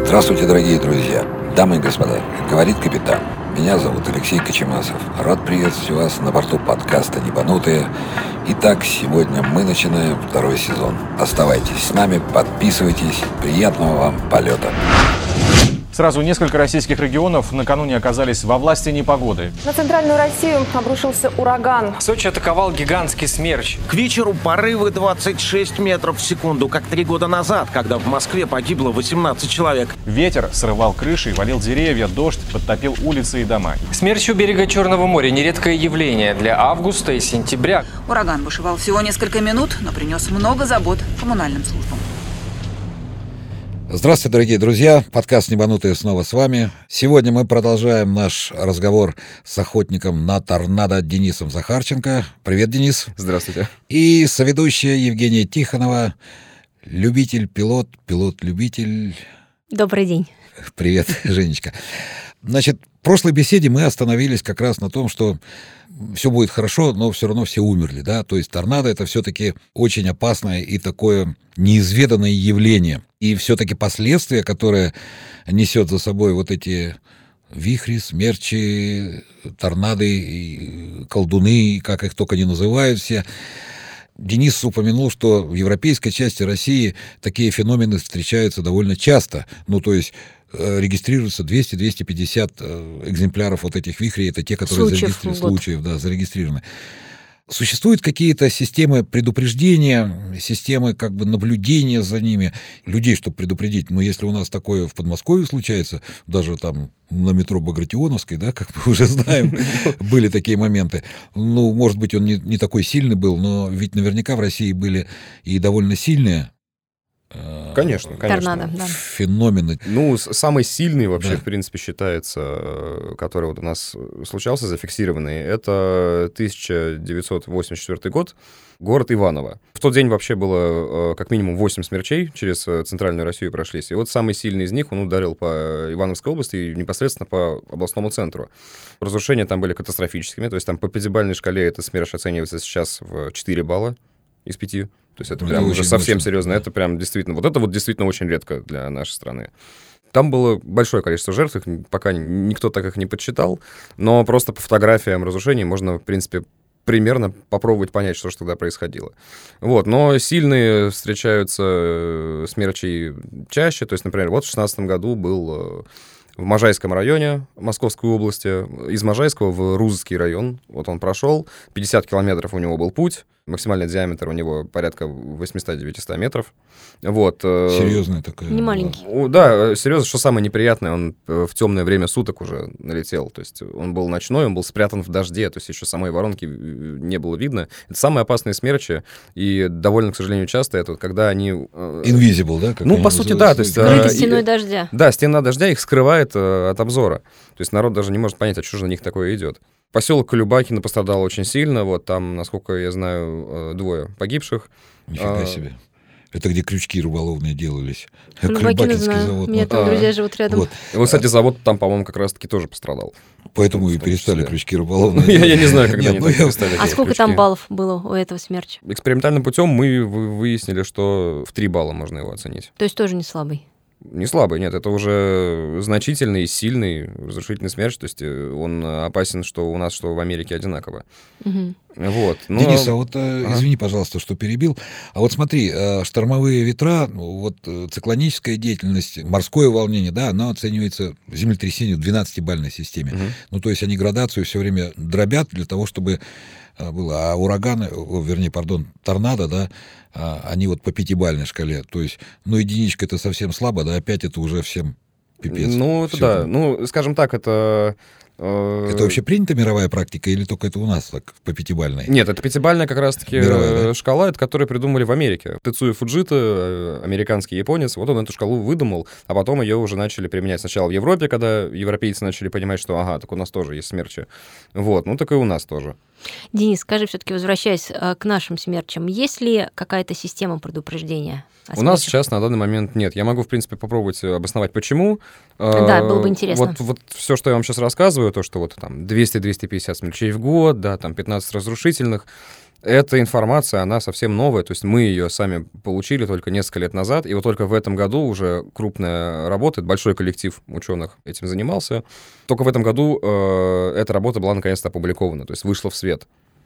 Здравствуйте, дорогие друзья, дамы и господа, говорит капитан. Меня зовут Алексей Кочемасов. Рад приветствовать вас на борту подкаста «Небанутые». Итак, сегодня мы начинаем второй сезон. Оставайтесь с нами, подписывайтесь. Приятного вам полета. Сразу несколько российских регионов накануне оказались во власти непогоды. На центральную Россию обрушился ураган. Сочи атаковал гигантский смерч. К вечеру порывы 26 метров в секунду, как 3 года назад, когда в Москве погибло 18 человек. Ветер срывал крыши, валил деревья, дождь подтопил улицы и дома. Смерч у берега Черного моря – нередкое явление для августа и сентября. Ураган бушевал всего несколько минут, но принес много забот коммунальным службам. Здравствуйте, дорогие друзья. Подкаст «Небанутые» снова с вами. Сегодня мы продолжаем наш разговор с охотником на торнадо Денисом Захарченко. Привет, Денис. Здравствуйте. И соведущая Евгения Тихонова, любитель-пилот, пилот-любитель. Добрый день. Привет, Женечка. Значит, в прошлой беседе мы остановились как раз на том, что все будет хорошо, но все равно все умерли, да, то есть торнадо — это все-таки очень опасное и такое неизведанное явление, и все-таки последствия, которые несет за собой вот эти вихри, смерчи, торнады, и колдуны, как их только не называют все. Денис упомянул, что в европейской части России такие феномены встречаются довольно часто, ну, то есть регистрируются 200-250 экземпляров вот этих вихрей, это те, которые зарегистрированы. Существуют какие-то системы предупреждения, системы как бы наблюдения за ними, людей, чтобы предупредить. Но если у нас такое в Подмосковье случается, даже там на метро Багратионовской, да, как мы уже знаем, были такие моменты. Ну, может быть, он не такой сильный был, но ведь наверняка в России были и довольно сильные Конечно. Торнадо, да. феномены. Ну, самый сильный вообще, в принципе, считается, который вот у нас случался, зафиксированный, это 1984 год, город Иваново. В тот день вообще было как минимум 8 смерчей через центральную Россию прошлись. И вот самый сильный из них, он ударил по Ивановской области и непосредственно по областному центру. Разрушения там были катастрофическими, то есть там по пятибалльной шкале эта смерч оценивается сейчас в 4 балла из 5. То есть это прям уже совсем серьезно. Это прям действительно... Вот это вот действительно очень редко для нашей страны. Там было большое количество жертв, их пока никто так их не подсчитал, но просто по фотографиям разрушений можно, в принципе, примерно попробовать понять, что же тогда происходило. Вот. Но сильные встречаются смерчи чаще. То есть, например, вот в 2016 году был в Можайском районе Московской области, из Можайского в Рузский район. Вот он прошел, 50 километров у него был путь, максимальный диаметр у него порядка 800-900 метров. Вот. Серьезный такой. Не маленький. Да, серьезно, что самое неприятное, он в темное время суток уже налетел. То есть он был ночной, он был спрятан в дожде, то есть еще самой воронки не было видно. Это самые опасные смерчи, и довольно, к сожалению, часто это когда они... Invisible, да? Ну, по сути, да. То есть, скрыты стеной дождя. Да, стена дождя их скрывает от обзора. То есть народ даже не может понять, а что же на них такое идет. Поселок Колюбакино пострадал очень сильно. Вот там, насколько я знаю, 2 погибших. Нифига себе. Это где крючки рыболовные делались. Колюбакино знаю. Завод. У меня там друзья живут рядом. Вот. И вот, кстати, завод там, по-моему, как раз-таки тоже пострадал. Поэтому и перестали крючки рыболовные. Я не знаю, когда они перестали. А сколько там баллов было у этого смерча? Экспериментальным путем мы выяснили, что в 3 балла можно его оценить. То есть тоже не слабый? Не слабый, нет, это уже значительный, сильный разрушительный смерч, то есть он опасен, что у нас, что в Америке одинаково. Угу. Вот. Но... Денис, а вот извини, пожалуйста, что перебил. А вот смотри, штормовые ветра, вот циклоническая деятельность, морское волнение, да, оно оценивается землетрясение в 12-бальной системе. Ну, то есть они градацию все время дробят для того, чтобы было. А ураганы, торнадо, да, они вот по 5-бальной шкале. То есть, ну, единичка — это совсем слабо, да, 5 — это уже всем пипец. Ну, это да. Ну, скажем так, это... Это вообще принята мировая практика или только это у нас так по 5-бальной? Нет, это 5-бальная как раз-таки мировая, да? Шкала, это которую придумали в Америке. Тецуя Фуджита, американский японец, вот он эту шкалу выдумал, а потом ее уже начали применять сначала в Европе, когда европейцы начали понимать, что ага, так у нас тоже есть смерчи. Вот, ну так и у нас тоже. Денис, скажи, все-таки возвращаясь к нашим смерчам, есть ли какая-то система предупреждения? У нас сейчас на данный момент нет. Я могу, в принципе, попробовать обосновать, почему. Да, было бы интересно. Вот все, что я вам сейчас рассказываю, то, что вот там 200-250 смерчей в год, да, там 15 разрушительных, Эта информация, она совсем новая, то есть мы ее сами получили только несколько лет назад, и вот только в этом году уже крупная работа, большой коллектив ученых этим занимался, только в этом году эта работа была наконец-то опубликована, то есть вышла в свет.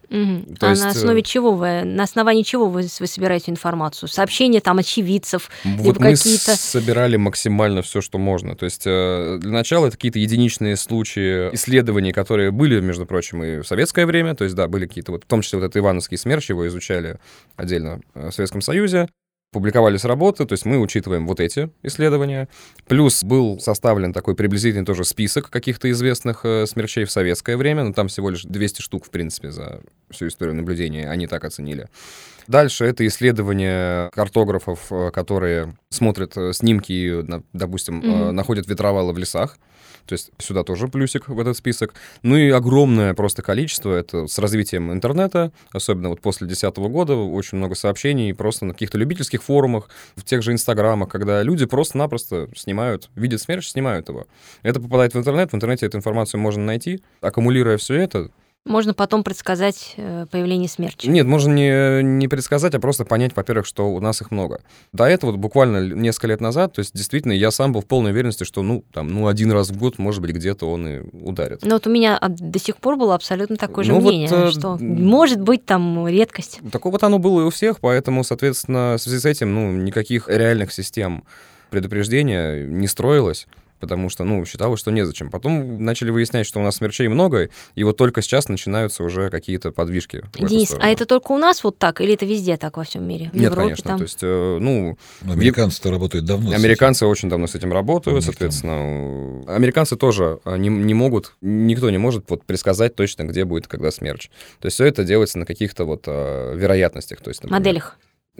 То есть, на основе чего на основании чего вы собираете информацию? Сообщения там очевидцев, вот либо мы какие-то... собирали максимально все, что можно. То есть для начала это какие-то единичные случаи исследований, которые были, между прочим, и в советское время. То есть, да, были какие-то, вот, в том числе вот этот Ивановский смерч, его изучали отдельно в Советском Союзе. Публиковались работы, то есть мы учитываем вот эти исследования. Плюс был составлен такой приблизительный тоже список каких-то известных смерчей в советское время, но там всего лишь 200 штук, в принципе, за всю историю наблюдения, они так оценили. Дальше это исследования картографов, которые смотрят снимки и, допустим, находят ветровалы в лесах. То есть сюда тоже плюсик в этот список. Ну и огромное просто количество, это с развитием интернета, особенно вот после 2010 года, очень много сообщений просто на каких-то любительских форумах, в тех же инстаграмах, когда люди просто-напросто снимают, видят смерч, снимают его. Это попадает в интернет, в интернете эту информацию можно найти. Аккумулируя все это, можно потом предсказать появление смерча. Нет, можно не предсказать, а просто понять, во-первых, что у нас их много. До этого, вот буквально несколько лет назад, то есть действительно я сам был в полной уверенности, что один раз в год, может быть, где-то он и ударит. Но вот у меня до сих пор было абсолютно такое же мнение, что может быть там редкость. Такое вот оно было и у всех, поэтому, соответственно, в связи с этим никаких реальных систем предупреждения не строилось. Потому что, считалось, что незачем. Потом начали выяснять, что у нас смерчей много, и вот только сейчас начинаются уже какие-то подвижки. Денис, а это только у нас вот так, или это везде так во всем мире? В Нет, Европе, конечно. Там? То есть, американцы-то работают давно. Американцы очень давно с этим работают, соответственно. Американцы тоже не могут, никто не может предсказать точно, где будет, когда смерч. То есть все это делается на каких-то вероятностях. То есть, например, моделях.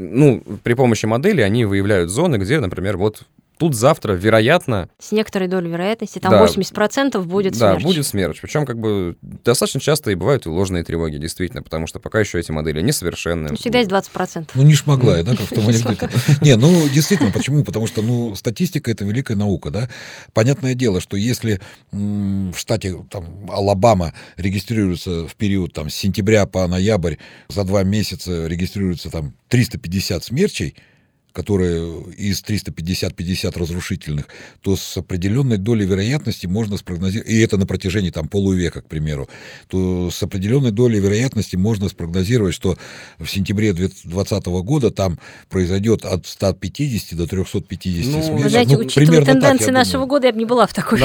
При помощи модели они выявляют зоны, где, например, тут завтра, вероятно... С некоторой долей вероятности, там 80% будет смерч. Да, будет смерч. Причем достаточно часто и бывают и ложные тревоги, действительно, потому что пока еще эти модели несовершенны. Всегда есть 20%. Не шмогла, да, как в том анекдоте. Действительно, почему? Потому что, статистика — это великая наука, да. Понятное дело, что если в штате Алабама регистрируется в период с сентября по ноябрь, за 2 месяца регистрируется 350 смерчей, которые из 350 разрушительных, то с определенной долей вероятности можно спрогнозировать, и это на протяжении полувека, к примеру, то с определенной долей вероятности можно спрогнозировать, что в сентябре 2020 года там произойдет от 150 до 350 смертей. Вы знаете, учитывая тенденции нашего года, я бы не была в такой... На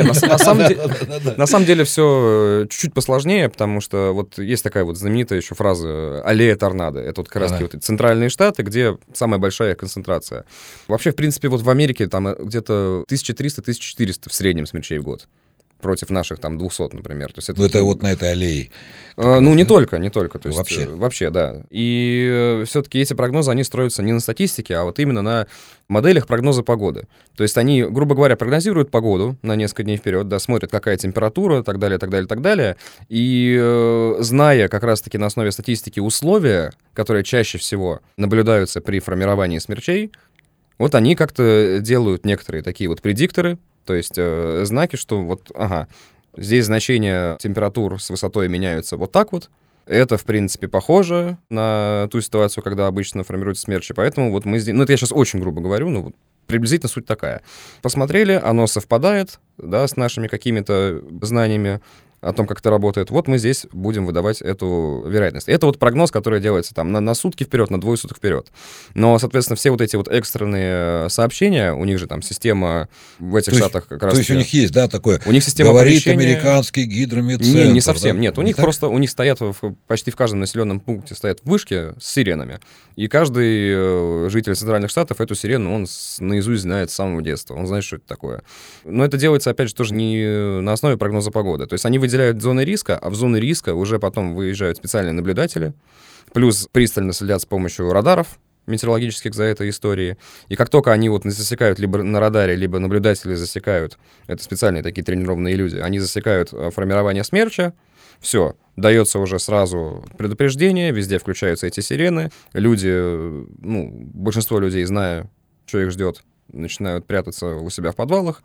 самом деле все чуть-чуть посложнее, потому что есть такая знаменитая еще фраза «аллея торнадо». Это как раз центральные штаты, где самая большая концентрация. Вообще, в принципе, в Америке там где-то 1300-1400 в среднем смерчей в год. Против наших 200, например. То есть это на этой аллее. Не только. То есть, вообще, да. И все-таки эти прогнозы, они строятся не на статистике, а именно на моделях прогноза погоды. То есть они, грубо говоря, прогнозируют погоду на несколько дней вперед, смотрят, какая температура, так далее, так далее, так далее. И зная как раз-таки на основе статистики условия, которые чаще всего наблюдаются при формировании смерчей, они как-то делают некоторые такие предикторы, то есть знаки, что здесь значения температур с высотой меняются вот так вот. Это, в принципе, похоже на ту ситуацию, когда обычно формируются смерчи. Поэтому мы здесь... это я сейчас очень грубо говорю, приблизительно суть такая. Посмотрели, оно совпадает, с нашими какими-то знаниями о том, как это работает. Мы здесь будем выдавать эту вероятность. Это прогноз, который делается на сутки вперед, на 2 суток вперед. Но, соответственно, все эти экстренные сообщения, у них же система в этих штатах как раз... То есть у них есть, такое... У них система говорит оповещения... американский гидрометцентр. Не совсем, нет. У них просто, у них стоят почти в каждом населенном пункте стоят вышки с сиренами. И каждый житель центральных штатов эту сирену, он наизусть знает с самого детства. Он знает, что это такое. Но это делается, опять же, тоже не на основе прогноза погоды. То есть они выделяют зоны риска, а в зоны риска уже потом выезжают специальные наблюдатели, плюс пристально следят с помощью радаров метеорологических за этой историей. И как только они засекают либо на радаре, либо наблюдатели засекают, это специальные такие тренированные люди, они засекают формирование смерча, все, дается уже сразу предупреждение, везде включаются эти сирены, люди, большинство людей, зная, что их ждет, начинают прятаться у себя в подвалах,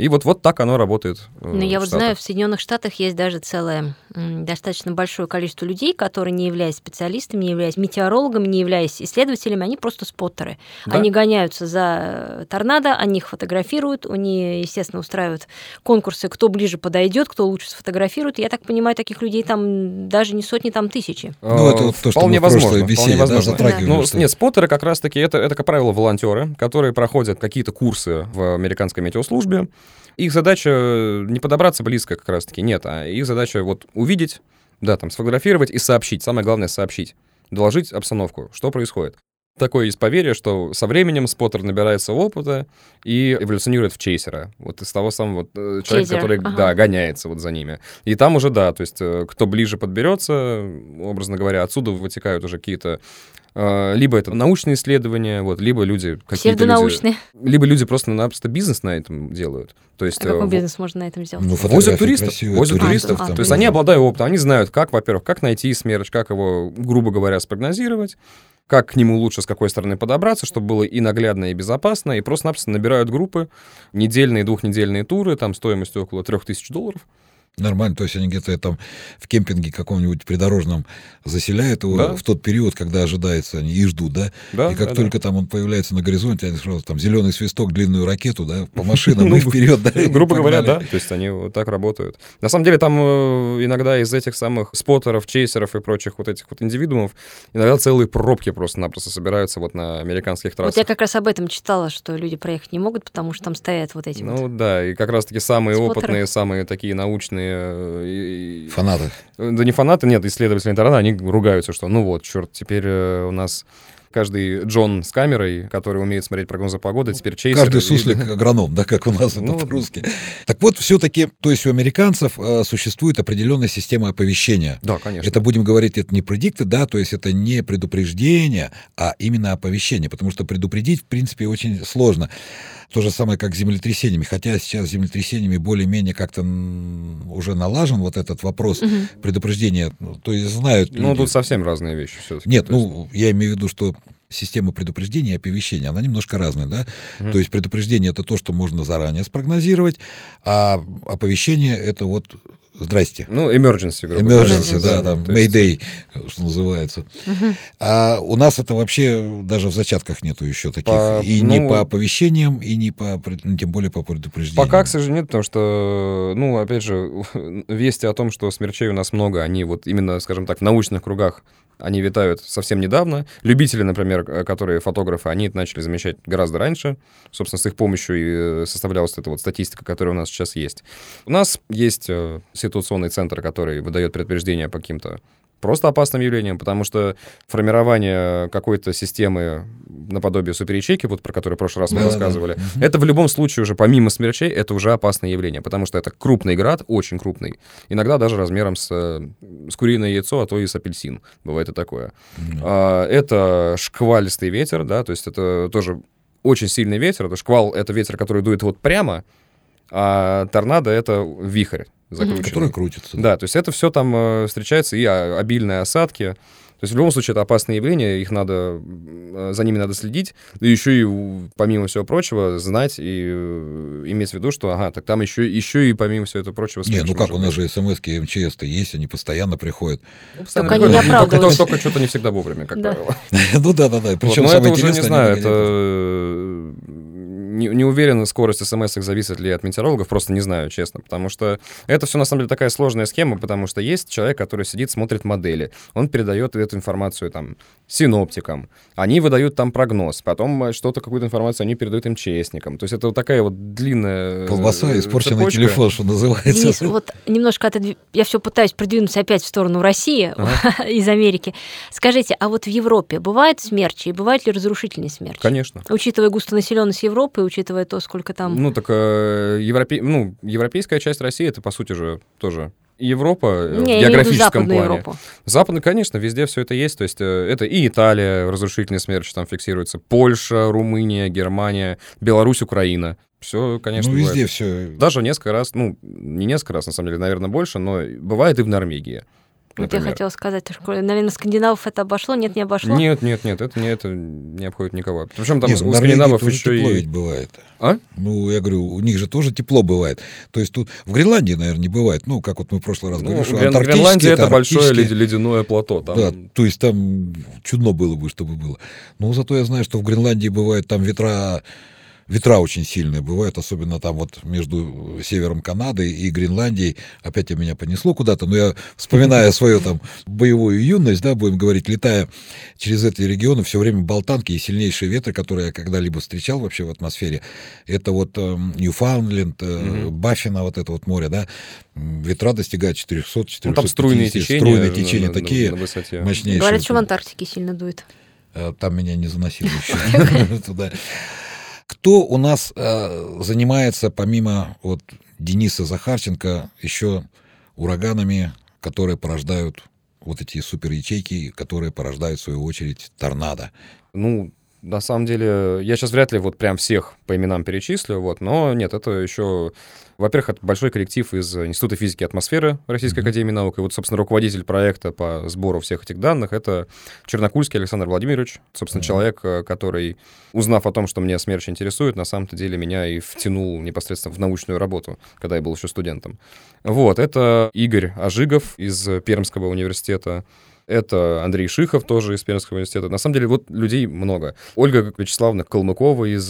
И вот так оно работает. Но я вот знаю, в Соединенных Штатах есть даже целое достаточно большое количество людей, которые, не являясь специалистами, не являясь метеорологами, не являясь исследователями, они просто споттеры. Да? Они гоняются за торнадо, они их фотографируют, они, естественно, устраивают конкурсы, кто ближе подойдет, кто лучше сфотографирует. Я так понимаю, таких людей там даже не сотни, там тысячи. Ну, это вот то, что мы в прошлой беседе затрагивали. Ну, нет, споттеры как раз-таки, это, как правило, волонтеры, которые проходят какие-то курсы в американской метеослужбе. Их задача не подобраться близко как раз-таки, нет, а их задача вот увидеть, да, там, сфотографировать и сообщить. Самое главное — сообщить, доложить обстановку, что происходит. Такое есть поверье, что со временем споттер набирается опыта и эволюционирует в чейсера. Вот из того самого человека, который гоняется вот за ними. И там уже, да, то есть кто ближе подберется, образно говоря, отсюда вытекают уже какие-то либо это научные исследования, вот, либо люди какие-то псевдонаучные. Либо люди просто-напросто бизнес на этом делают. То есть, какой бизнес можно на этом сделать? Ну, возят туристов. То есть они обладают опытом, они знают, как, во-первых, как найти смерч, как его, грубо говоря, спрогнозировать, как к нему лучше, с какой стороны подобраться, чтобы было и наглядно, и безопасно, и просто-напросто набирают группы, недельные, двухнедельные туры, там, стоимостью около $3000. Нормально, то есть они где-то там в кемпинге каком-нибудь придорожном заселяют его в тот период, когда ожидается, они и ждут, да? И как только там он появляется на горизонте, они сразу там зеленый свисток, длинную ракету, да, по машинам и вперед, да? Грубо говоря, да, то есть они вот так работают. На самом деле там иногда из этих самых споттеров, чейсеров и прочих вот этих вот индивидуумов иногда целые пробки просто-напросто собираются вот на американских трассах. Вот я как раз об этом читала, что люди проехать не могут, потому что там стоят вот эти вот. Ну да, и как раз-таки самые опытные, самые такие научные фанаты. Да не фанаты, нет, исследователи интернета, они ругаются, что ну вот, черт, теперь у нас каждый Джон с камерой, который умеет смотреть прогнозы погоды, теперь чейсер. Каждый суслик-агроном, да, как у нас это по-русски. Так вот, все-таки, то есть у американцев существует определенная система оповещения. Да, конечно. Это, будем говорить, это не предикты, да, то есть это не предупреждение, а именно оповещение, потому что предупредить, в принципе, очень сложно. То же самое, как с землетрясениями. Хотя сейчас с землетрясениями более-менее как-то уже налажен вот этот вопрос предупреждения. То есть знают люди. Ну, тут совсем разные вещи все-таки. Нет, ну, я имею в виду, что система предупреждения и оповещения, она немножко разная, да? То есть предупреждение — это то, что можно заранее спрогнозировать, а оповещение — это вот здрасте. Ну, emergency, грубо говоря. Emergency, да, там, Mayday, что называется. А у нас это вообще даже в зачатках нету еще таких. Не по оповещениям, и не по, тем более по предупреждениям. Пока, к сожалению, нет, потому что, ну, опять же, вести о том, что смерчей у нас много, они вот именно, скажем так, в научных кругах они витают совсем недавно. Любители, например, которые фотографы, они это начали замечать гораздо раньше. Собственно, с их помощью и составлялась эта вот статистика, которая у нас сейчас есть. У нас есть ситуационный центр, который выдает предупреждения по каким-то просто опасным явлением, потому что формирование какой-то системы наподобие суперячейки, вот про которую в прошлый раз мы рассказывали, это в любом случае уже помимо смерчей, это уже опасное явление, потому что это крупный град, очень крупный, иногда даже размером с куриное яйцо, а то и с апельсин, бывает и такое. Это шквалистый ветер, да, то есть это тоже очень сильный ветер, это шквал, это ветер, который дует вот прямо, а торнадо — это вихрь закрученный. Который крутится. Да, то есть это все там встречается, и обильные осадки. То есть в любом случае это опасные явления, за ними надо следить, и еще и, помимо всего прочего, знать и иметь в виду, что, так там еще и помимо всего этого прочего... Не, ну как, у нас же СМС-ки МЧС-то есть, они постоянно приходят. Только они не оправдываются. Только что-то не всегда вовремя, как правило. Ну да. Причем это уже, не знаю, это... Не уверен, скорость смс-ок зависит ли от метеорологов, просто не знаю, честно, потому что это все на самом деле такая сложная схема, потому что есть человек, который сидит, смотрит модели, он передает эту информацию там синоптикам, они выдают там прогноз, потом какую-то информацию они передают МЧСникам, то есть это вот такая вот длинная колбаса, испорченный цепочка. Телефон, что называется. Денис, вот немножко я все пытаюсь продвинуться опять в сторону России из Америки. Скажите, а вот в Европе бывают смерчи и бывают ли разрушительные смерчи? Конечно. Учитывая густонаселенность Европы, учитывая то, сколько там... Ну, так европейская часть России, это, по сути же, тоже Европа в географическом плане. Европу. Западная, конечно, везде все это есть. То есть это и Италия, разрушительный смерч там фиксируется, Польша, Румыния, Германия, Беларусь, Украина. Все, конечно, везде бывает. Все. Даже несколько раз, не несколько раз, на самом деле, наверное, больше, но бывает и в Норвегии. Вот я хотела сказать, что, наверное, скандинавов это обошло, нет, не обошло? Нет, это не обходит никого. Причем там Нет, у скандинавов еще тепло и... ведь бывает. А? Ну, я говорю, у них же тоже тепло бывает. То есть тут в Гренландии, наверное, не бывает. Ну, как вот мы в прошлый раз говорили, что Гренландия — это большое ледяное плато. Там... Да, то есть там чудно было бы, чтобы было. Но зато я знаю, что в Гренландии бывают там ветра очень сильные бывают, особенно там вот между севером Канады и Гренландией. Опять меня понесло куда-то, но я, вспоминая свою там боевую юность, да, будем говорить, летая через эти регионы, все время болтанки и сильнейшие ветры, которые я когда-либо встречал вообще в атмосфере, это вот Ньюфаундленд, Баффино, вот это вот море, да, ветра достигают 400-450. Ну, там струйные течения такие на высоте. мощнейшие. Говорят, что в Антарктике сильно дует. Там меня не заносило еще туда. Кто у нас занимается, помимо вот Дениса Захарченко, еще ураганами, которые порождают вот эти суперячейки, которые порождают, в свою очередь, торнадо? Ну, на самом деле, я сейчас вряд ли вот прям всех по именам перечислю, вот, но нет, это еще, во-первых, это большой коллектив из Института физики и атмосферы Российской академии наук, и вот, собственно, руководитель проекта по сбору всех этих данных — это Чернокульский Александр Владимирович, собственно, человек, который, узнав о том, что меня СМЕРЧ интересует, на самом-то деле меня и втянул непосредственно в научную работу, когда я был еще студентом. Вот, это Игорь Ожигов из Пермского университета, это Андрей Шихов, тоже из Пермского университета. На самом деле, вот людей много. Ольга Вячеславовна Калмыкова из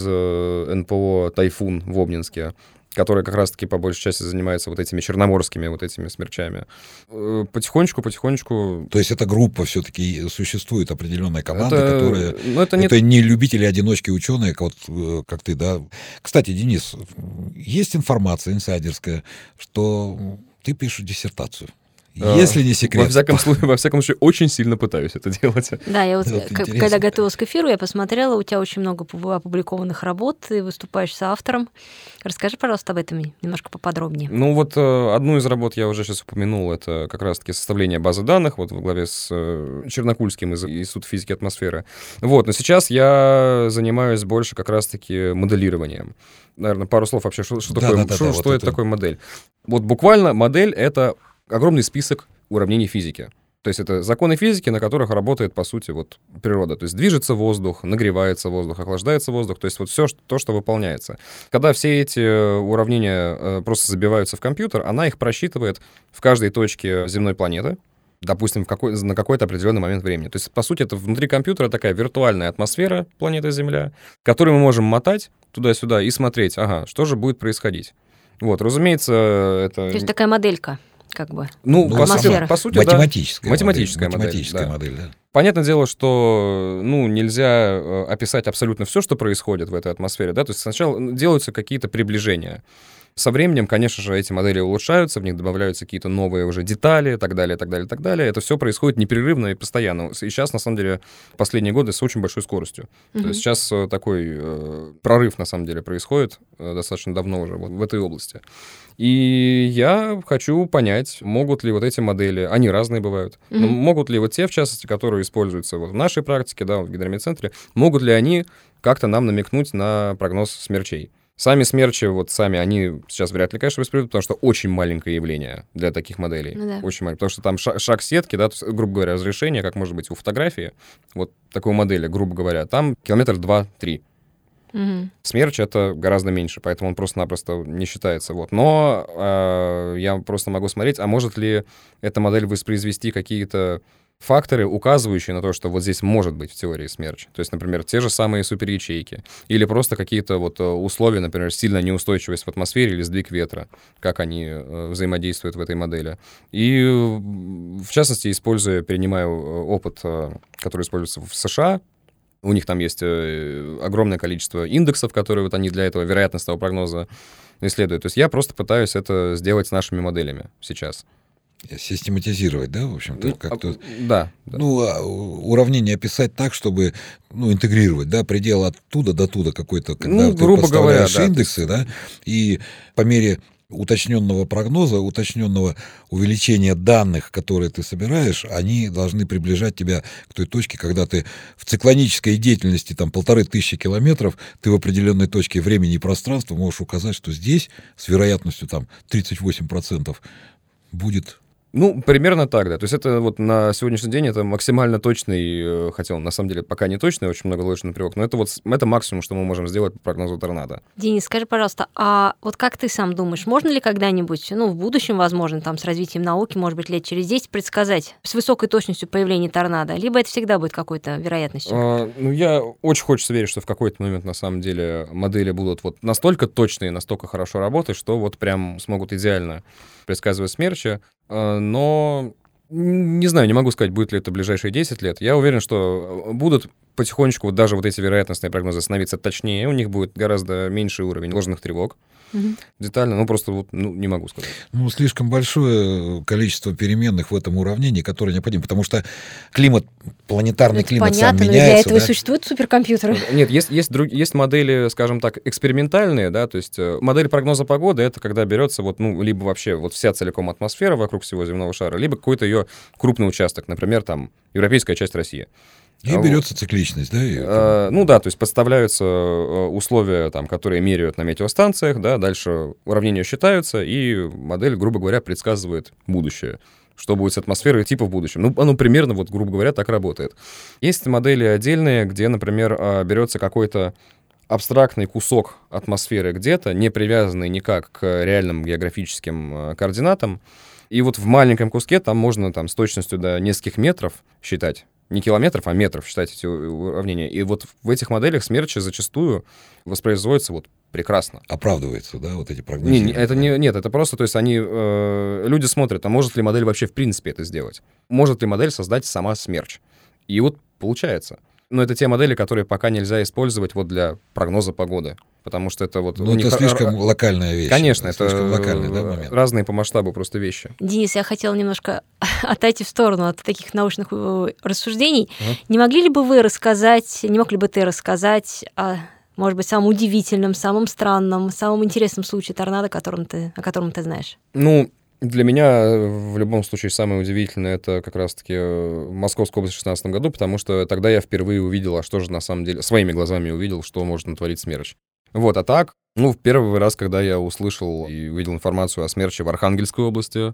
НПО «Тайфун» в Обнинске, которая как раз-таки по большей части занимается вот этими черноморскими вот этими смерчами. Потихонечку... То есть эта группа все-таки существует, определенная команда, которая... Это не любители-одиночки ученые, вот как ты, да. Кстати, Денис, есть информация инсайдерская, что ты пишешь диссертацию. Если не секрет. Во всяком случае, очень сильно пытаюсь это делать. Да, я вот, когда готовилась к эфиру, я посмотрела, у тебя очень много опубликованных работ, ты выступаешь соавтором. Расскажи, пожалуйста, об этом немножко поподробнее. Ну вот одну из работ я уже сейчас упомянул, это как раз-таки составление базы данных, вот во главе с Чернокульским из Института физики и атмосферы. Вот, но сейчас я занимаюсь больше как раз-таки моделированием. Наверное, пару слов вообще, что это такое модель. Вот буквально модель — это огромный список уравнений физики. То есть это законы физики, на которых работает, по сути, вот природа. То есть движется воздух, нагревается воздух, охлаждается воздух. То есть вот все то, что выполняется. Когда все эти уравнения просто забиваются в компьютер, она их просчитывает в каждой точке земной планеты, допустим, на какой-то определенный момент времени. То есть, по сути, это внутри компьютера такая виртуальная атмосфера планеты Земля, которую мы можем мотать туда-сюда и смотреть, что же будет происходить. Вот, разумеется, это... То есть такая моделька. Как бы. По сути, математическая модель, да. Понятное дело, что нельзя описать абсолютно все, что происходит в этой атмосфере, да, то есть сначала делаются какие-то приближения. Со временем, конечно же, эти модели улучшаются, в них добавляются какие-то новые уже детали, так далее. Это все происходит непрерывно и постоянно. И сейчас, на самом деле, последние годы с очень большой скоростью. То есть сейчас такой прорыв, на самом деле, происходит достаточно давно уже в этой области. И я хочу понять, могут ли вот эти модели, они разные бывают, но могут ли вот те, в частности, которые используются вот в нашей практике, да, в гидромедцентре, могут ли они как-то нам намекнуть на прогноз смерчей? Сами смерчи, они сейчас вряд ли, конечно, воспроизведут, потому что очень маленькое явление для таких моделей. Очень маленькое, потому что там шаг сетки, да, есть, грубо говоря, разрешение, как может быть у фотографии, вот такой модели, грубо говоря, там километр 2-3. Смерч — это гораздо меньше, поэтому он просто-напросто не считается. Вот. Но я просто могу смотреть, а может ли эта модель воспроизвести какие-то факторы, указывающие на то, что вот здесь может быть в теории смерч. То есть, например, те же самые суперячейки. Или просто какие-то вот условия, например, сильная неустойчивость в атмосфере или сдвиг ветра, как они взаимодействуют в этой модели. И, в частности, принимаю опыт, который используется в США. У них там есть огромное количество индексов, которые вот они для этого вероятностного прогноза исследуют. То есть я просто пытаюсь это сделать с нашими моделями сейчас. Систематизировать, да, в общем-то, как-то... Да. Уравнение описать так, чтобы, интегрировать, да, предел оттуда до туда какой-то, когда ты грубо подставляешь говоря, индексы, да, и по мере уточненного прогноза, уточненного увеличения данных, которые ты собираешь, они должны приближать тебя к той точке, когда ты в циклонической деятельности, там, 1500 километров, ты в определенной точке времени и пространства можешь указать, что здесь с вероятностью, там, 38% будет Ну, примерно так, да. То есть это вот на сегодняшний день это максимально точный, хотя он на самом деле пока не точный, очень много ложечных привок, но это максимум, что мы можем сделать по прогнозу торнадо. Денис, скажи, пожалуйста, а вот как ты сам думаешь, можно ли когда-нибудь, в будущем, возможно, там с развитием науки, может быть, лет через 10, предсказать с высокой точностью появление торнадо, либо это всегда будет какой-то вероятностью? Я очень хочется верить, что в какой-то момент на самом деле модели будут вот настолько точные, настолько хорошо работать, что вот прям смогут идеально предсказывать смерчи. Но не знаю, не могу сказать, будет ли это в ближайшие 10 лет. Я уверен, что будут потихонечку вот даже вот эти вероятностные прогнозы становиться точнее, у них будет гораздо меньший уровень ложных тревог. Детально, просто не могу сказать. Слишком большое количество переменных в этом уравнении, которые необходимы, потому что планетарный климат сам меняется. Понятно, но для этого существуют суперкомпьютеры. Нет, есть модели, скажем так, экспериментальные, да, то есть модель прогноза погоды — это когда берется либо вообще вся целиком атмосфера вокруг всего земного шара, либо какой-то ее крупный участок, например, там, европейская часть России. И берется цикличность, да? То есть подставляются условия, там, которые меряют на метеостанциях, да, дальше уравнения считаются, и модель, грубо говоря, предсказывает будущее. Что будет с атмосферой типа в будущем. Оно примерно, грубо говоря, так работает. Есть модели отдельные, где, например, берется какой-то абстрактный кусок атмосферы где-то, не привязанный никак к реальным географическим координатам, и в маленьком куске там можно с точностью до нескольких метров считать, не километров, а метров считать эти уравнения. И в этих моделях смерчи зачастую воспроизводятся прекрасно. Оправдываются, да, эти прогнозы? Нет, это просто, то есть люди смотрят, а может ли модель вообще в принципе это сделать? Может ли модель создать сама смерч? И получается. Но это те модели, которые пока нельзя использовать для прогноза погоды. Потому что это это слишком локальная вещь. Конечно, это локальный, момент. Разные по масштабу просто вещи. Денис, я хотела немножко отойти в сторону от таких научных рассуждений. Не мог ли бы ты рассказать о, может быть, самом удивительном, самом странном, самом интересном случае торнадо, о котором ты знаешь? Для меня в любом случае самое удивительное — это как раз-таки Московская область в 2016 году, потому что тогда я впервые увидел, а что же на самом деле, своими глазами увидел, что может натворить смерч. А так, в первый раз, когда я услышал и увидел информацию о смерче в Архангельской области,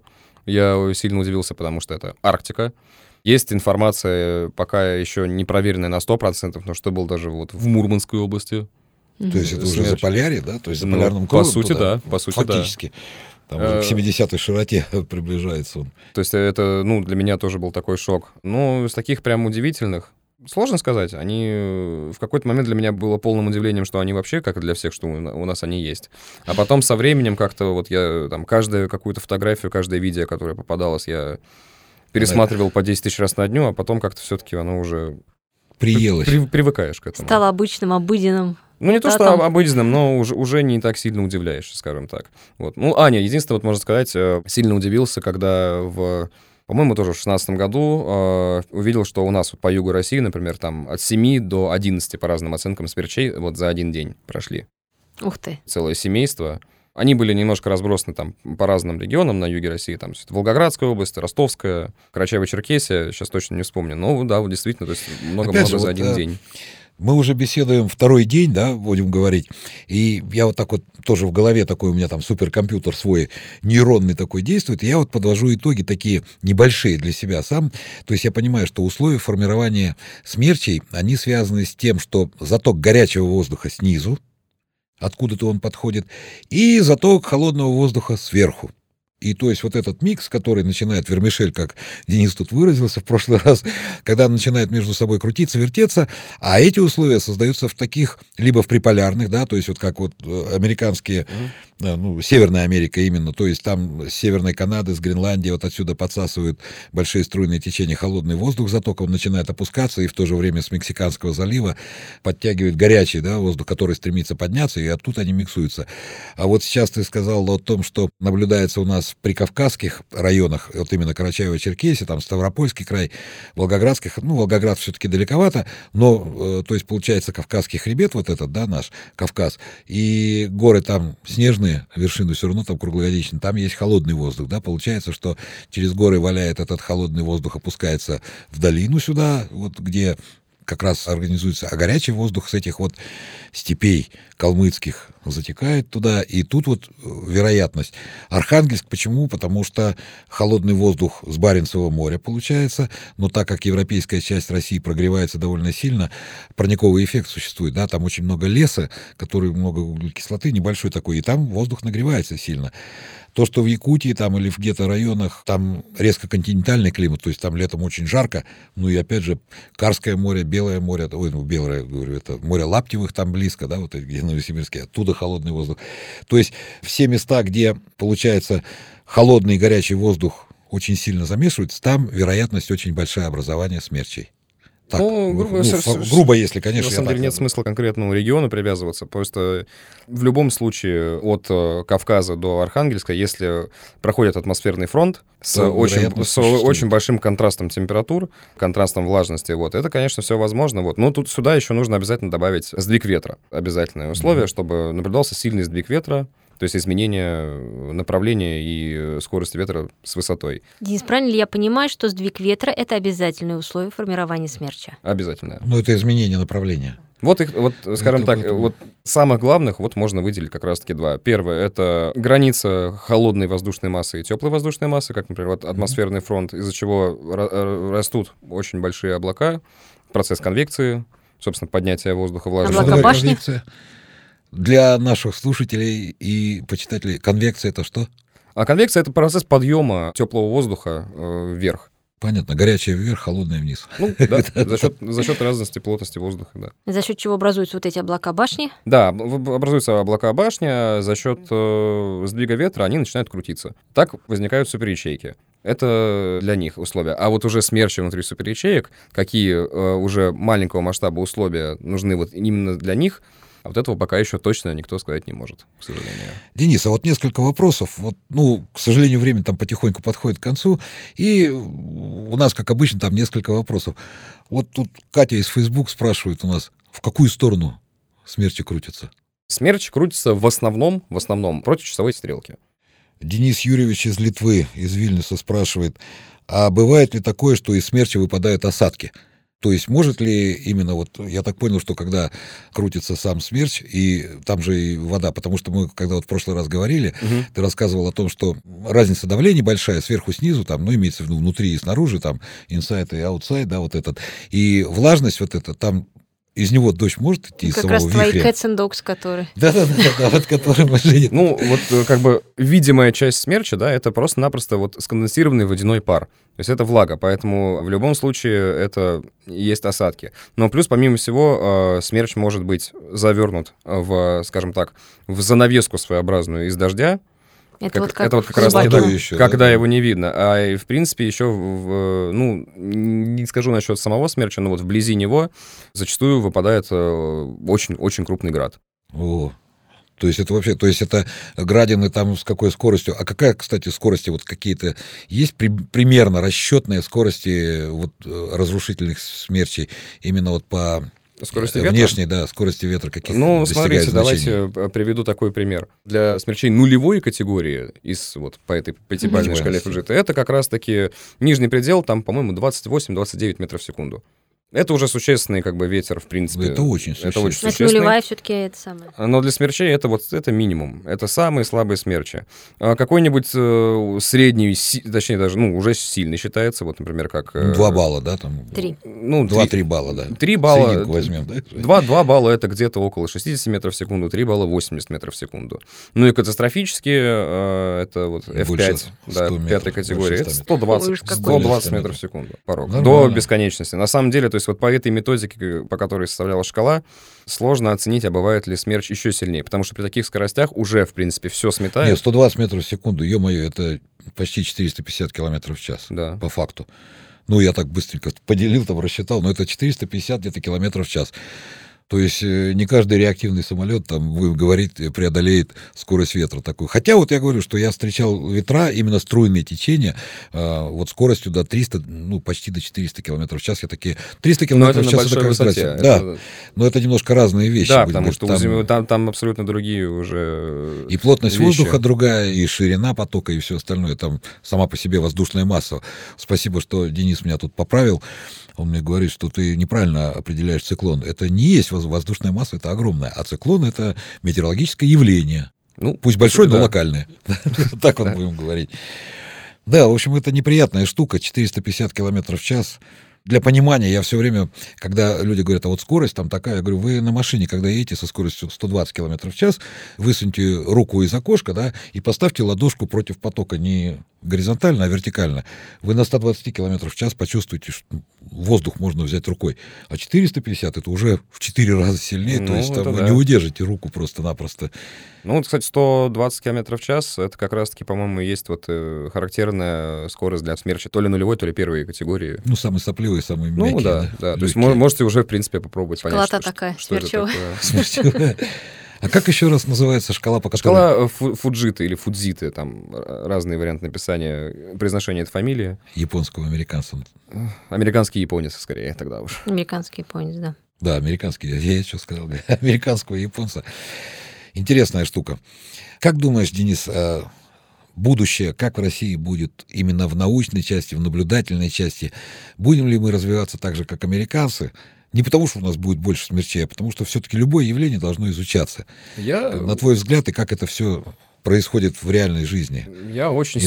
я сильно удивился, потому что это Арктика. Есть информация, пока еще не проверенная на 100%, но что было даже в Мурманской области. То есть это уже Заполярье, да? То есть за полярным кругом? По сути, да. Фактически. Там уже к 70-й широте приближается он. То есть это, для меня тоже был такой шок. Из таких прям удивительных, сложно сказать. Они в какой-то момент для меня было полным удивлением, что они вообще, как и для всех, что у нас они есть. А потом со временем как-то я каждую какую-то фотографию, каждое видео, которое попадалось, я пересматривал по 10 тысяч раз на дню, а потом как-то все-таки оно уже... Приелось. Привыкаешь к этому. Стало обычным, обыденным. Не то, что обыденным, но уже не так сильно удивляешься, скажем так. Аня, единственное, можно сказать, сильно удивился, когда по-моему, тоже в 2016 году увидел, что у нас по югу России, например, там от 7 до 11 по разным оценкам смерчей за один день прошли. Ух ты. Целое семейство. Они были немножко разбросаны там по разным регионам на юге России. Там Волгоградская область, Ростовская, Карачаево-Черкесия, сейчас точно не вспомню. Но действительно, то есть много-много за один день. Мы уже беседуем второй день, да, будем говорить, и я тоже в голове такой у меня там суперкомпьютер свой нейронный такой действует, и я подвожу итоги такие небольшие для себя сам, то есть я понимаю, что условия формирования смерчей, они связаны с тем, что заток горячего воздуха снизу, откуда-то он подходит, и заток холодного воздуха сверху. И то есть этот микс, который начинает вермишель, как Денис тут выразился в прошлый раз, когда начинает между собой крутиться, вертеться, а эти условия создаются в таких, либо в приполярных, да, то есть как американские, Северная Америка именно, то есть там с Северной Канады, с Гренландии отсюда подсасывают большие струйные течения холодный воздух, заток он начинает опускаться, и в то же время с Мексиканского залива подтягивает горячий, да, воздух, который стремится подняться, и оттуда они миксуются. А сейчас ты сказал о том, что наблюдается у нас в прикавказских районах, именно Карачаево-Черкесия, там Ставропольский край, Волгоградских, Волгоград все-таки далековато, но, то есть, получается, Кавказский хребет, да, наш Кавказ, и горы там снежные, вершины все равно там круглогодичные, там есть холодный воздух, да, получается, что через горы валяет этот холодный воздух, опускается в долину сюда, где как раз организуется, а горячий воздух с этих вот степей калмыцких затекает туда, и тут вот вероятность. Архангельск почему? Потому что холодный воздух с Баренцевого моря получается, но так как европейская часть России прогревается довольно сильно, парниковый эффект существует, да, там очень много леса, который много углекислоты, небольшой такой, и там воздух нагревается сильно. То, что в Якутии там или в где-то районах там резко континентальный климат, то есть там летом очень жарко, ну и опять же Карское море, Белое море, Белое, говорю, это море Лаптевых там близко, да, вот где Новосибирске, оттуда холодный воздух. То есть все места, где получается холодный и горячий воздух очень сильно замешиваются, там вероятность очень большая образования смерчей. Так, грубо, если, конечно. На самом деле нет смысла к конкретному региону привязываться. Просто в любом случае от Кавказа до Архангельска, если проходит атмосферный фронт с очень большим контрастом температур, контрастом влажности, вот, это, конечно, все возможно. Вот. Но тут сюда еще нужно обязательно добавить сдвиг ветра. Обязательное условие, чтобы наблюдался сильный сдвиг ветра, то есть изменение направления и скорости ветра с высотой. Денис, правильно ли я понимаю, что сдвиг ветра — это обязательное условие формирования смерча? Обязательно. Ну, это изменение направления. Вот, скажем так, вот самых главных вот можно выделить как раз-таки два. Первое — это граница холодной воздушной массы и теплой воздушной массы, как, например, вот атмосферный фронт, из-за чего растут очень большие облака, процесс конвекции, собственно, поднятие воздуха, влажности. Облака башни? Для наших слушателей и почитателей конвекция — это что? А конвекция — это процесс подъема теплого воздуха вверх. Понятно, горячее вверх, холодное вниз. Ну, да, за счет разности плотности воздуха, да. За счет чего образуются вот эти облака башни? Да, образуются облака башни, за счет сдвига ветра они начинают крутиться. Так возникают суперячейки. Это для них условия. А вот уже смерчи внутри суперячеек, какие уже маленького масштаба условия нужны вот именно для них, а вот этого пока еще точно никто сказать не может, к сожалению. Денис, а вот несколько вопросов. Вот, к сожалению, время там потихоньку подходит к концу, и у нас, как обычно, там несколько вопросов. Вот тут Катя из Facebook спрашивает у нас, в какую сторону смерчи крутятся? Смерчи крутятся в основном против часовой стрелки. Денис Юрьевич из Литвы, из Вильнюса спрашивает, а бывает ли такое, что из смерчи выпадают осадки? То есть может ли именно вот, я так понял, что когда крутится сам смерч, и там же и вода, потому что мы, когда вот в прошлый раз говорили, ты рассказывал о том, что разница давления большая, сверху-снизу, там, имеется в виду внутри и снаружи, там, inside и outside, да, вот этот, и влажность вот эта, там, из него дождь может идти из самого вихря? Как раз твои cats and dogs, которые... Да, вот которые мы жили. Ну, вот как бы видимая часть смерча, да, это просто-напросто вот сконденсированный водяной пар. То есть это влага, поэтому в любом случае это есть осадки. Но плюс, помимо всего, смерч может быть завернут в, скажем так, в занавеску своеобразную из дождя. Это вот как раз когда его не видно. А в принципе еще, не скажу насчет самого смерча, но вот вблизи него зачастую выпадает очень крупный град. О, то есть это вообще, то есть это градины там с какой скоростью? А какая, кстати, скорости вот какие-то есть примерно расчетные скорости вот разрушительных смерчей именно вот по скорости ветра? Внешней, да, скорости ветра каких Ну, смотрите, давайте приведу такой пример. Для смерчей нулевой категории по этой пятибалльной шкале Фуджита, это как раз-таки нижний предел, там, по-моему, 28-29 метров в секунду. Это уже существенный ветер, в принципе. Это очень существенно. Значит, нулевая все-таки это самое. Но для смерчей это минимум. Это самые слабые смерчи. Какой-нибудь средний, точнее даже, уже сильный считается, вот, например, как... 2 балла, да? Там, 3. 2-3 балла, да. 3 балла. Срединку возьмем, да? 2 балла это где-то около 60 метров в секунду, 3 балла 80 метров в секунду. Ну и катастрофические, это вот F5, да, пятой категории, это 120 метров в секунду порог. До бесконечности. На самом деле, то есть вот по этой методике, по которой составлялась шкала, сложно оценить, а бывает ли смерч еще сильнее, потому что при таких скоростях уже, в принципе, все сметает. Нет, 120 метров в секунду, ё-моё, это почти 450 километров в час, да. По факту. Ну, я так быстренько поделил, там, рассчитал, но это 450 где-то километров в час. То есть не каждый реактивный самолет, там, вы говорите, преодолеет скорость ветра такую. Хотя вот я говорю, что я встречал ветра, именно струйные течения, вот скоростью до 300, ну, почти до 400 км в час. Я такие, 300 км в час это как высоте. Да, но это немножко разные вещи. Да, потому что там абсолютно другие уже и плотность вещи. Воздуха другая, и ширина потока, и все остальное. Там сама по себе воздушная масса. Спасибо, что Денис меня тут поправил. Он мне говорит, что ты неправильно определяешь циклон. Это не есть воздушная масса, это огромная. А циклон — это метеорологическое явление. Ну, пусть большое, но локальное. Так вот будем говорить. Да, в общем, это неприятная штука. 450 км в час. Для понимания, я все время, когда люди говорят, а вот скорость там такая, я говорю, вы на машине, когда едете со скоростью 120 км в час, высуньте руку из окошка, да, и поставьте ладошку против потока не горизонтально, а вертикально. Вы на 120 км в час почувствуете, что воздух можно взять рукой. А 450 это уже в 4 раза сильнее, то есть там вы не удержите руку просто-напросто. Ну, вот, кстати, 120 км в час, это как раз-таки, по-моему, есть вот характерная скорость для смерча, то ли нулевой, то ли первой категории. Ну, самые сопливые, самые мягкие. Ну, да. То есть можете уже, в принципе, попробовать понять, что это такое. Смерчевая. А как еще раз называется шкала, по которой... Шкала Фуджиты или Фудзиты, там разные варианты написания, произношения этой фамилии. Японского американца. Американский японец, скорее, тогда уж. Американский японец, да. Да, американский, я что сказал, американского японца. Интересная штука. Как думаешь, Денис, будущее, как в России будет именно в научной части, в наблюдательной части? Будем ли мы развиваться так же, как американцы? Не потому, что у нас будет больше смерчей, а потому что все-таки любое явление должно изучаться. На твой взгляд, и как это все происходит в реальной жизни? Я очень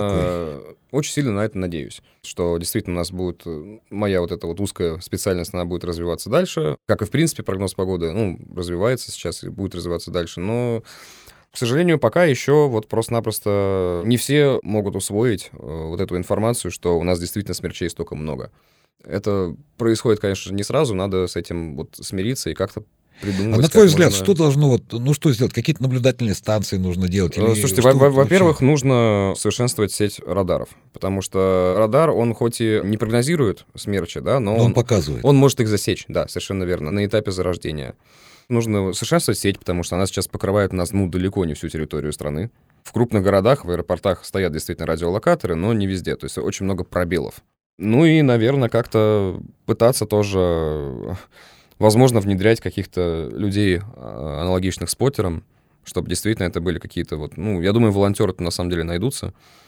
сильно на это надеюсь, что действительно у нас будет, моя вот эта вот узкая специальность, она будет развиваться дальше. Как и, в принципе, прогноз погоды, развивается сейчас и будет развиваться дальше, но... К сожалению, пока еще вот просто-напросто не все могут усвоить вот эту информацию, что у нас действительно смерчей столько много. Это происходит, конечно, не сразу, надо с этим вот смириться и как-то придумывать. А на твой взгляд, что должно что сделать? Какие-то наблюдательные станции нужно делать? Слушайте, во-первых, нужно совершенствовать сеть радаров, потому что радар, он хоть и не прогнозирует смерчи, да, но он показывает. Он может их засечь, да, совершенно верно, на этапе зарождения. Нужно совершенствовать сеть, потому что она сейчас покрывает у нас, далеко не всю территорию страны. В крупных городах, в аэропортах стоят действительно радиолокаторы, но не везде, то есть очень много пробелов. Ну и, наверное, как-то пытаться тоже, возможно, внедрять каких-то людей, аналогичных споттерам, чтобы действительно это были какие-то я думаю, волонтеры-то на самом деле найдутся.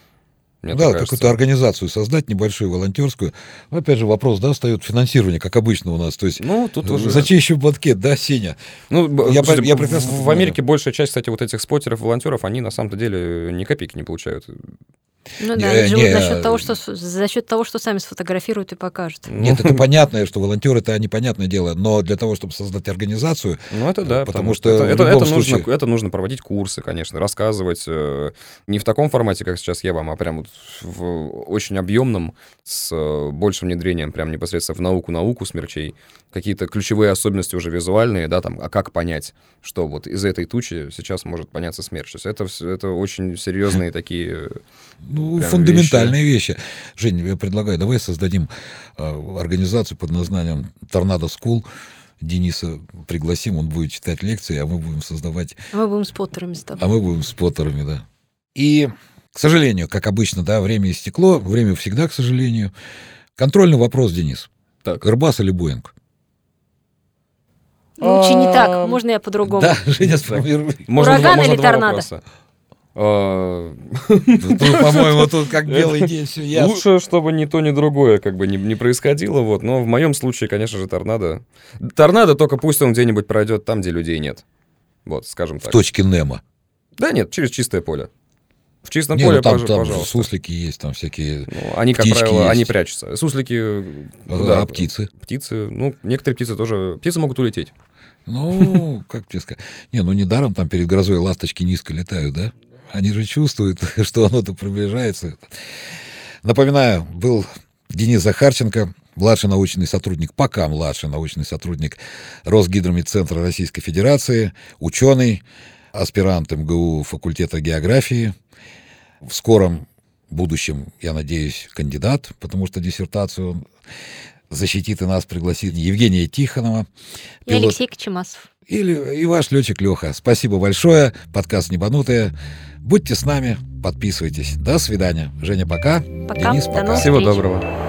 Да, какую-то организацию создать, небольшую, волонтерскую. Но, опять же, вопрос, встает финансирование, как обычно у нас. То есть, тут уже... за чей еще банкет, да, Сеня? Я прекрасно в Америке большая часть, кстати, вот этих споттеров, волонтеров, они на самом-то деле ни копейки не получают. Ну да, они живут за счет того, что сами сфотографируют и покажут. Нет, это понятно, что волонтеры это непонятное дело, но для того, чтобы создать организацию... это да, потому что это нужно проводить курсы, конечно, рассказывать не в таком формате, как сейчас я вам, а прям в очень объемном, с большим внедрением прям непосредственно в науку смерчей, какие-то ключевые особенности уже визуальные, да, там, а как понять, что вот из этой тучи сейчас может подняться смерч. То есть это очень серьезные такие... фундаментальные вещи. Жень, я предлагаю, давай создадим организацию под названием Tornado School. Дениса пригласим, он будет читать лекции, а мы будем создавать... А мы будем споттерами с тобой. А мы будем споттерами, да. И, к сожалению, как обычно, время истекло, время всегда, к сожалению. Контрольный вопрос, Денис. Так. Airbus или Boeing? Лучше не так, можно я по-другому. Да, Женя, сформируй. Ураган или торнадо? По-моему, тут как белый день все ясно. Лучше, чтобы ни то, ни другое не происходило, но в моем случае, конечно же, торнадо. Торнадо, только пусть он где-нибудь пройдет там, где людей нет. Скажем так. В точке Немо. Да нет, через чистое поле. В чистом поле, там пожалуйста. Суслики есть, там всякие они, как правило, есть. Они прячутся. Суслики... А птицы? Птицы, некоторые птицы тоже... Птицы могут улететь. Как тебе сказать? Недаром там перед грозой ласточки низко летают, да? Они же чувствуют, что оно-то приближается. Напоминаю, был Денис Захарченко, младший научный сотрудник Росгидромедцентра Российской Федерации, ученый, аспирант МГУ факультета географии. В скором будущем, я надеюсь, кандидат, потому что диссертацию он защитит и нас пригласит Евгения Тихонова. И Алексей Кочемасов. И ваш летчик Леха. Спасибо большое. Подкаст «Небанутые». Будьте с нами, подписывайтесь. До свидания. Женя, пока. Пока. Денис, пока. Всего доброго.